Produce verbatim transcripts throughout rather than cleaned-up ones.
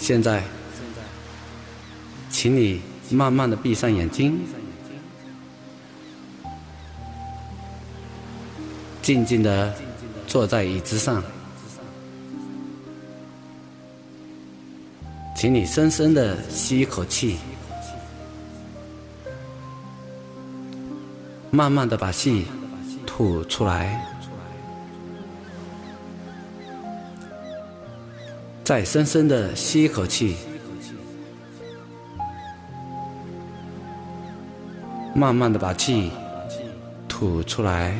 现在，请你慢慢的闭上眼睛，静静的坐在椅子上，请你深深的吸一口气，慢慢的把气吐出来，再深深的吸一口气，慢慢的把气吐出来。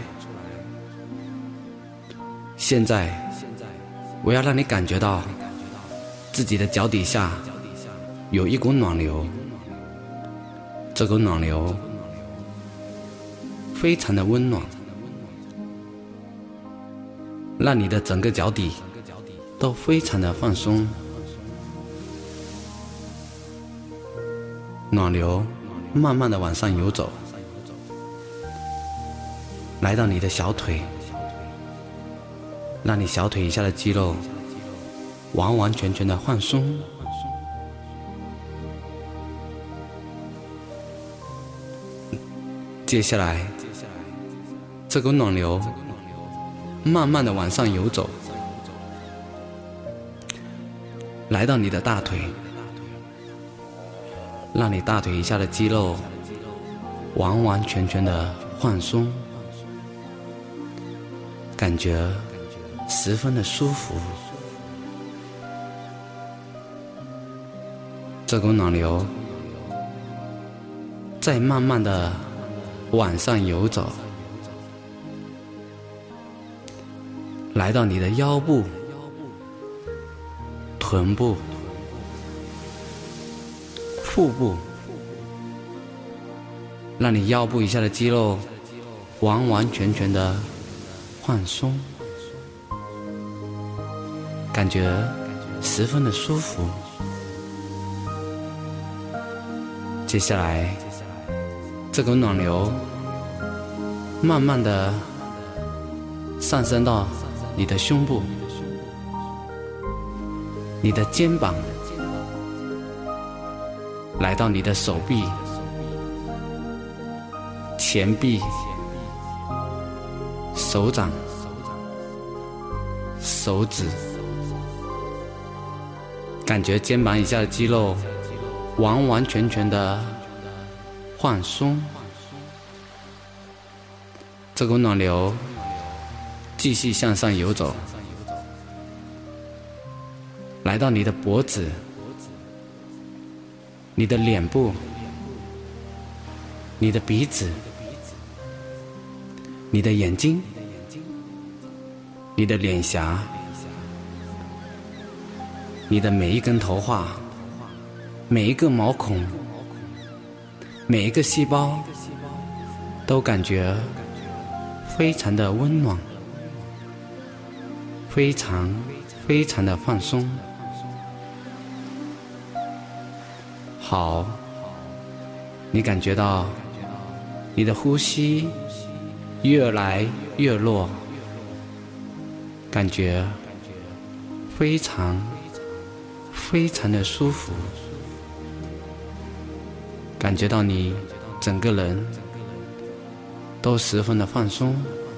现在我要让你感觉到自己的脚底下有一股暖流，这股暖流非常的温暖，让你的整个脚底都非常的放松。暖流慢慢的往上游走，来到你的小腿，让你小腿以下的肌肉完完全全的放松。接下来，这股暖流慢慢的往上游走，来到你的大腿，让你大腿以下的肌肉完完全全的放松，感觉十分的舒服。这股暖流再慢慢的往上游走，来到你的腰部、臀部、腹部，让你腰部以下的肌肉完完全全的放松，感觉十分的舒服。接下来，这股暖流慢慢的上升到你的胸部、你的肩膀，来到你的手臂、前臂、手掌、手指，感觉肩膀以下的肌肉完完全全的放松。这股暖流继续向上游走，来到你的脖子、你的脸部、你的鼻子、你的眼睛、你的脸颊、你的每一根头发、每一个毛孔、每一个细胞，都感觉非常的温暖，非常非常的放松。好，你感觉到你的呼吸越来越弱，感觉非常非常的舒服，感觉到你整个人都十分的放松。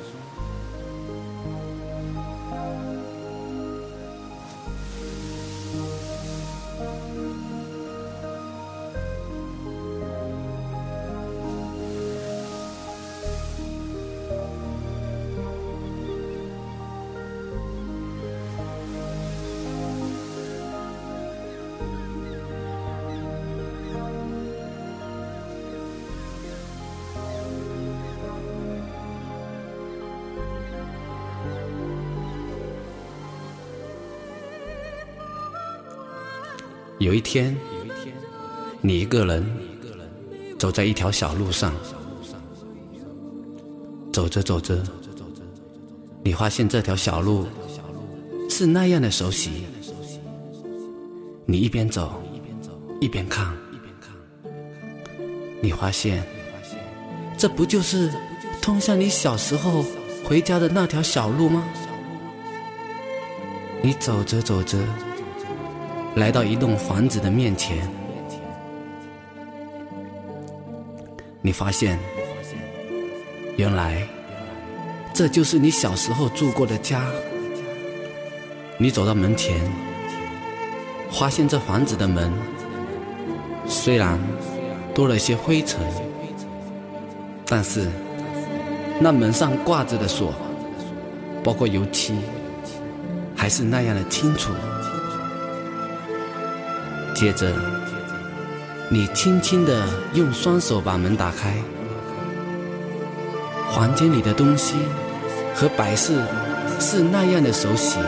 有一天，你一个人走在一条小路上，走着走着，你发现这条小路是那样的熟悉。你一边走一边看，你发现这不就是通向你小时候回家的那条小路吗？你走着走着， 来到一栋房子的面前，你发现，原来这就是你小时候住过的家。你走到门前，发现这房子的门虽然多了些灰尘，但是那门上挂着的锁，包括油漆，还是那样的清楚。接着你轻轻地用双手把门打开，房间里的东西和摆饰是那样的熟悉，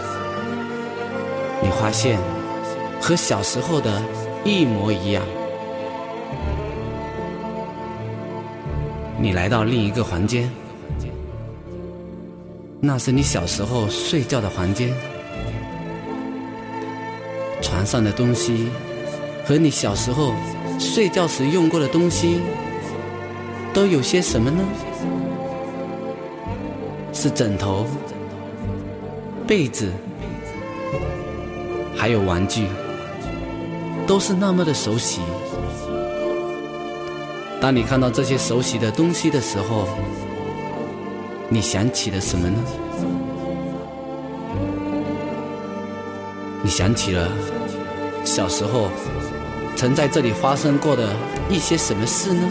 你发现和小时候的一模一样。你来到另一个房间，那是你小时候睡觉的房间。床上的东西和你小时候睡觉时用过的东西都有些什么呢？是枕头、被子，还有玩具，都是那么的熟悉。当你看到这些熟悉的东西的时候，你想起了什么呢？你想起了小时候曾在这里发生过的一些什么事呢？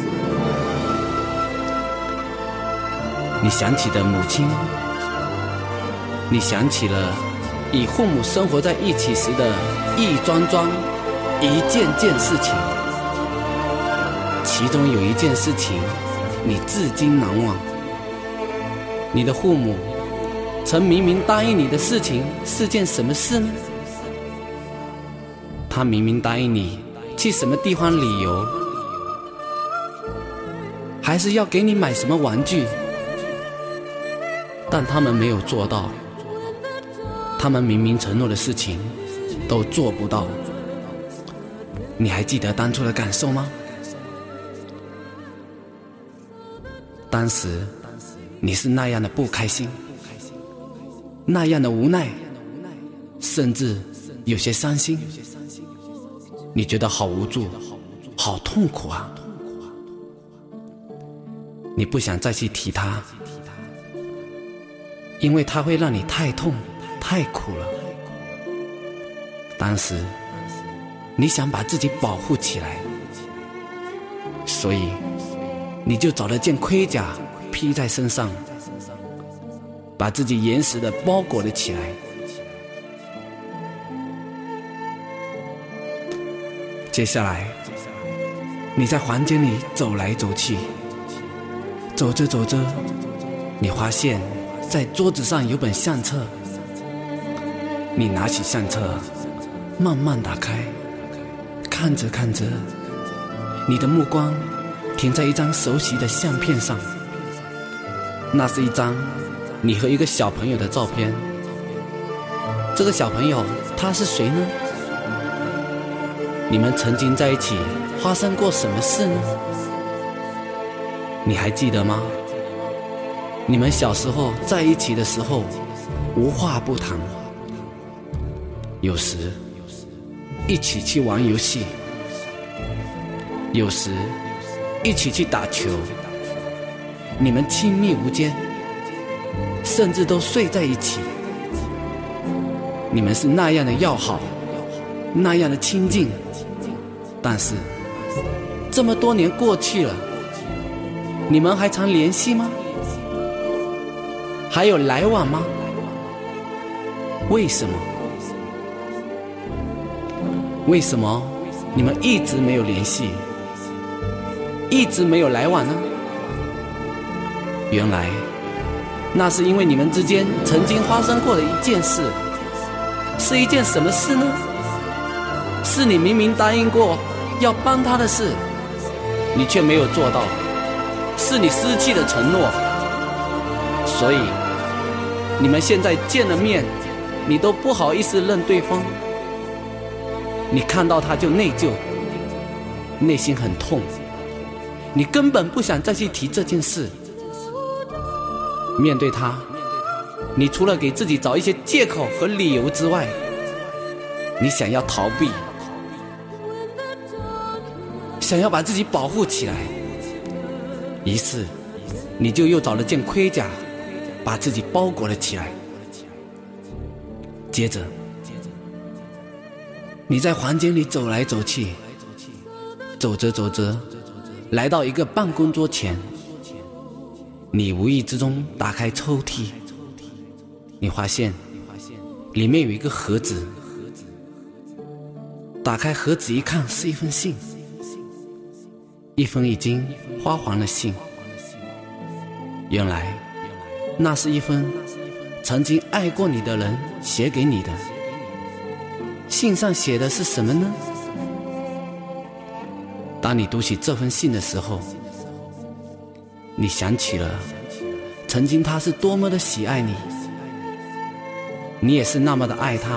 你想起的母亲，你想起了与父母生活在一起时的一桩桩、一件件事情，其中有一件事情你至今难忘。你的父母曾明明答应你的事情是件什么事呢？他明明答应你去什么地方旅游，还是要给你买什么玩具，但他们没有做到。他们明明承诺的事情都做不到。你还记得当初的感受吗？当时你是那样的不开心，那样的无奈，甚至有些伤心。你觉得好无助，好痛苦啊！你不想再去提它，因为它会让你太痛太苦了。当时你想把自己保护起来，所以你就找了件盔甲披在身上，把自己严实的包裹了起来。接下来你在房间里走来走去，走着走着，你发现在桌子上有本相册。你拿起相册慢慢打开，看着看着，你的目光停在一张熟悉的相片上。那是一张你和一个小朋友的照片。这个小朋友他是谁呢？你们曾经在一起发生过什么事呢？你还记得吗？你们小时候在一起的时候无话不谈，有时一起去玩游戏，有时一起去打球，你们亲密无间，甚至都睡在一起。你们是那样的要好，那样的亲近。但是这么多年过去了，你们还常联系吗？还有来往吗？为什么？为什么你们一直没有联系，一直没有来往呢？原来那是因为你们之间曾经发生过的一件事。是一件什么事呢？是你明明答应过要帮他的事，你却没有做到，是你失去的承诺。所以你们现在见了面，你都不好意思认对方。你看到他就内疚，内心很痛，你根本不想再去提这件事。面对他，你除了给自己找一些借口和理由之外， 你想要逃避，想要把自己保护起来，于是你就又找了件盔甲把自己包裹了起来。接着你在房间里走来走去，走着走着来到一个办公桌前，你无意之中打开抽屉，你发现里面有一个盒子，打开盒子一看，是一封信，一封已经发黄的信。原来那是一封曾经爱过你的人写给你的。信上写的是什么呢？当你读起这封信的时候，你想起了曾经他是多么的喜爱你，你也是那么的爱他。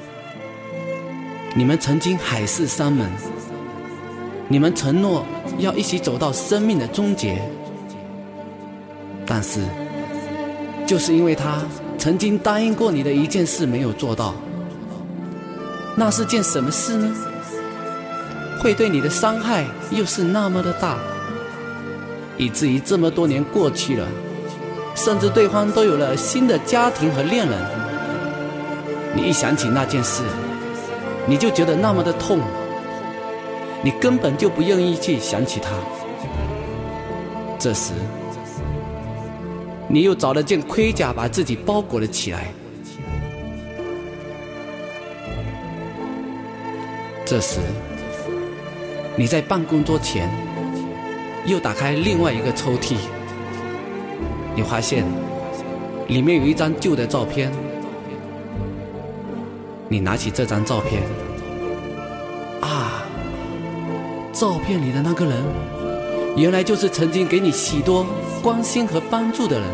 你们曾经海誓山盟，你们承诺要一起走到生命的终结，但是就是因为他曾经答应过你的一件事没有做到。那是件什么事呢？会对你的伤害又是那么的大，以至于这么多年过去了，甚至对方都有了新的家庭和恋人，你一想起那件事，你就觉得那么的痛，你根本就不愿意去想起他。这时你又找了件盔甲把自己包裹了起来。这时你在办公桌前又打开另外一个抽屉，你发现里面有一张旧的照片。你拿起这张照片，啊，照片里的那个人原来就是曾经给你许多关心和帮助的人，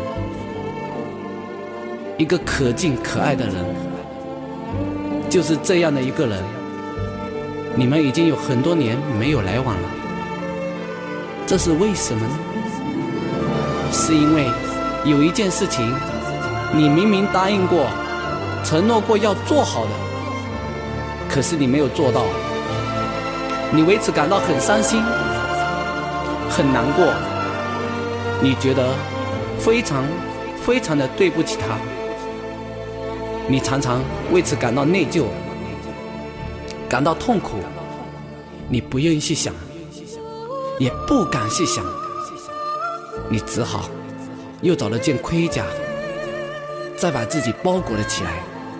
一个可敬可爱的人。就是这样的一个人，你们已经有很多年没有来往了。这是为什么呢？是因为有一件事情你明明答应过承诺过要做好的，可是你没有做到，你为此感到很伤心很难过，你觉得非常非常的对不起他，你常常为此感到内疚，感到痛苦，你不愿意去想，也不敢去想，你只好又找了件盔甲再把自己包裹了起来。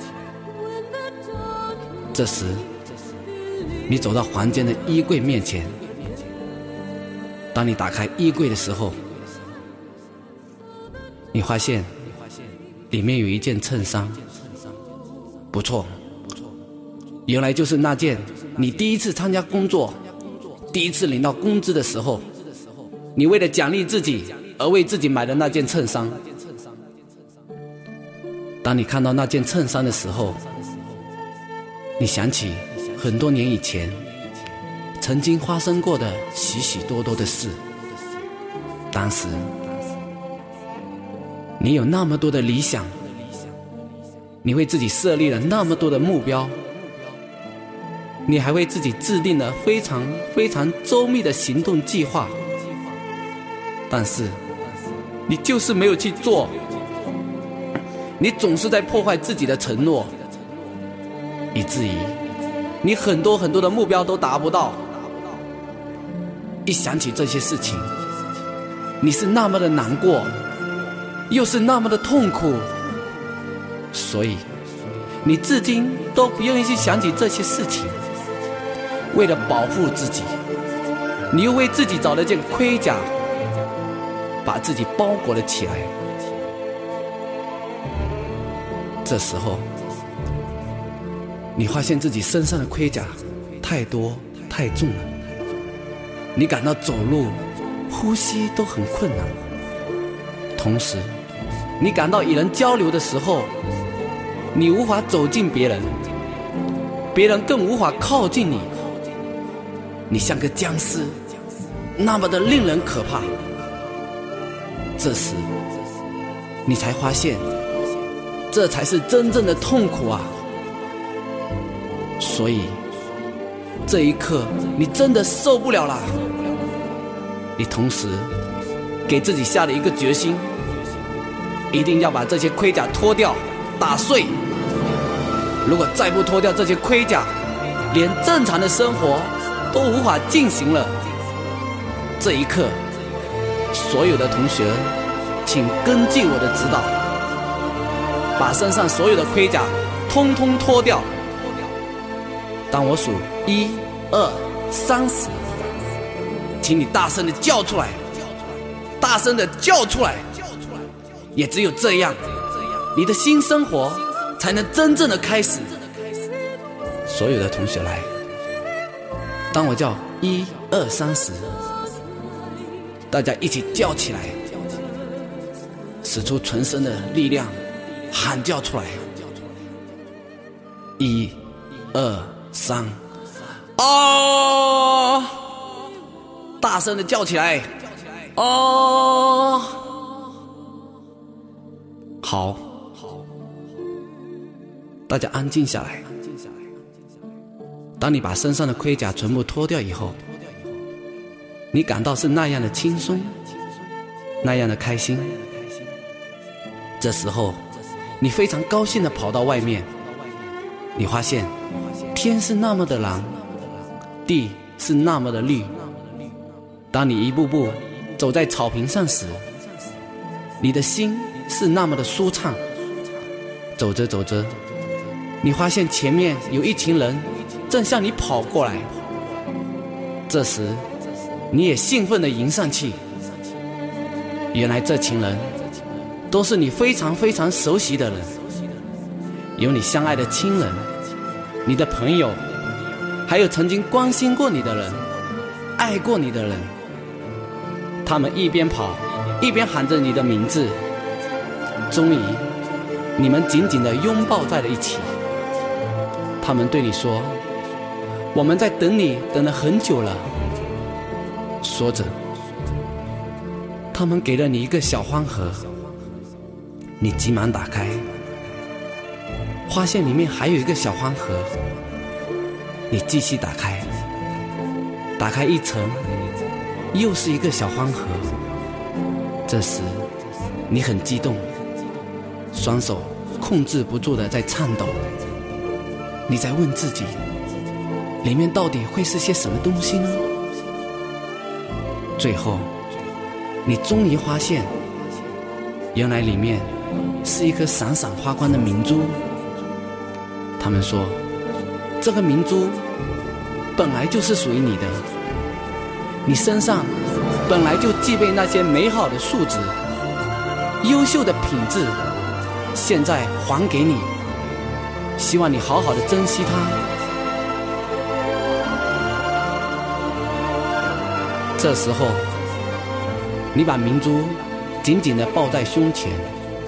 这时你走到房间的衣柜面前，当你打开衣柜的时候，你发现里面有一件衬衫。不错，原来就是那件你第一次参加工作，第一次领到工资的时候，你为了奖励自己而为自己买的那件衬衫。当你看到那件衬衫的时候，你想起很多年以前曾经发生过的许许多多的事。当时你有那么多的理想，你为自己设立了那么多的目标，你还为自己制定了非常非常周密的行动计划，但是你就是没有去做，你总是在破坏自己的承诺，以至于你很多很多的目标都达不到。一想起这些事情，你是那么的难过，又是那么的痛苦，所以你至今都不愿意去想起这些事情。为了保护自己，你又为自己找了件盔甲把自己包裹了起来。这时候你发现自己身上的盔甲太多太重了，你感到走路呼吸都很困难，同时你感到与人交流的时候，你无法走近别人，别人更无法靠近你，你像个僵尸，那么的令人可怕。这时你才发现，这才是真正的痛苦啊！ 所以这一刻你真的受不了了，你同时给自己下了一个决心，一定要把这些盔甲脱掉打碎。如果再不脱掉这些盔甲，连正常的生活都无法进行了。这一刻，所有的同学请根据我的指导，把身上所有的盔甲通通脱掉。当我数一二三时，请你大声的叫出来，大声的叫出来。也只有这样，你的新生活才能真正的开始。所有的同学来，当我叫一二三时，大家一起叫起来，使出全身的力量喊叫出来。一二三，哦！大声的叫起来，哦！好，大家安静下来。当你把身上的盔甲全部脱掉以后，你感到是那样的轻松，那样的开心。这时候你非常高兴地跑到外面，你发现天是那么的蓝，地是那么的绿。当你一步步走在草坪上时，你的心是那么的舒畅。走着走着，你发现前面有一群人正向你跑过来，这时你也兴奋地迎上去。原来这群人都是你非常非常熟悉的人，有你相爱的亲人，你的朋友，还有曾经关心过你的人，爱过你的人。他们一边跑一边喊着你的名字，终于你们紧紧地拥抱在了一起。他们对你说，我们在等你等了很久了。说着，他们给了你一个小方盒，你急忙打开，发现里面还有一个小方盒。你继续打开，打开一层，又是一个小方盒。这时你很激动，双手控制不住的在颤抖。你在问自己，里面到底会是些什么东西呢？最后你终于发现，原来里面是一颗闪闪发光的明珠。他们说，这个明珠本来就是属于你的，你身上本来就具备那些美好的素质，优秀的品质，现在还给你，希望你好好的珍惜它。这时候你把明珠紧紧地抱在胸前。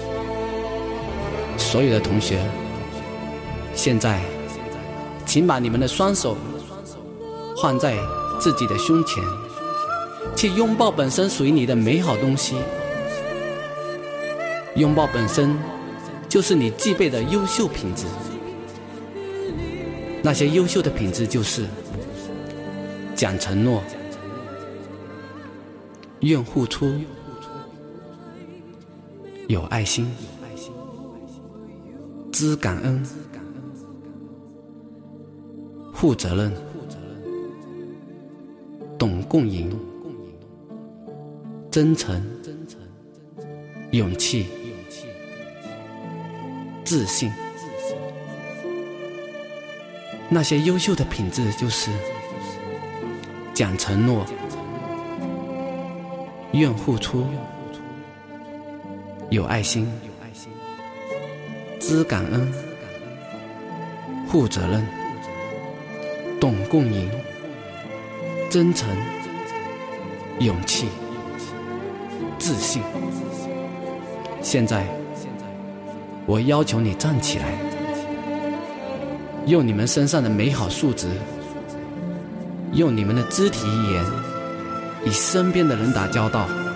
所有的同学，现在请把你们的双手放在自己的胸前，去拥抱本身属于你的美好东西。拥抱本身就是你具备的优秀品质。那些优秀的品质就是讲承诺，愿付出，有爱心，知感恩，负责任，懂共赢，真诚，勇气，自信。那些优秀的品质就是讲承诺，愿付出，有爱心，知感恩，负责任，懂共赢，真诚，勇气，自信。现在我要求你站起来，用你们身上的美好素质，用你们的肢体语言，与身边的人打交道。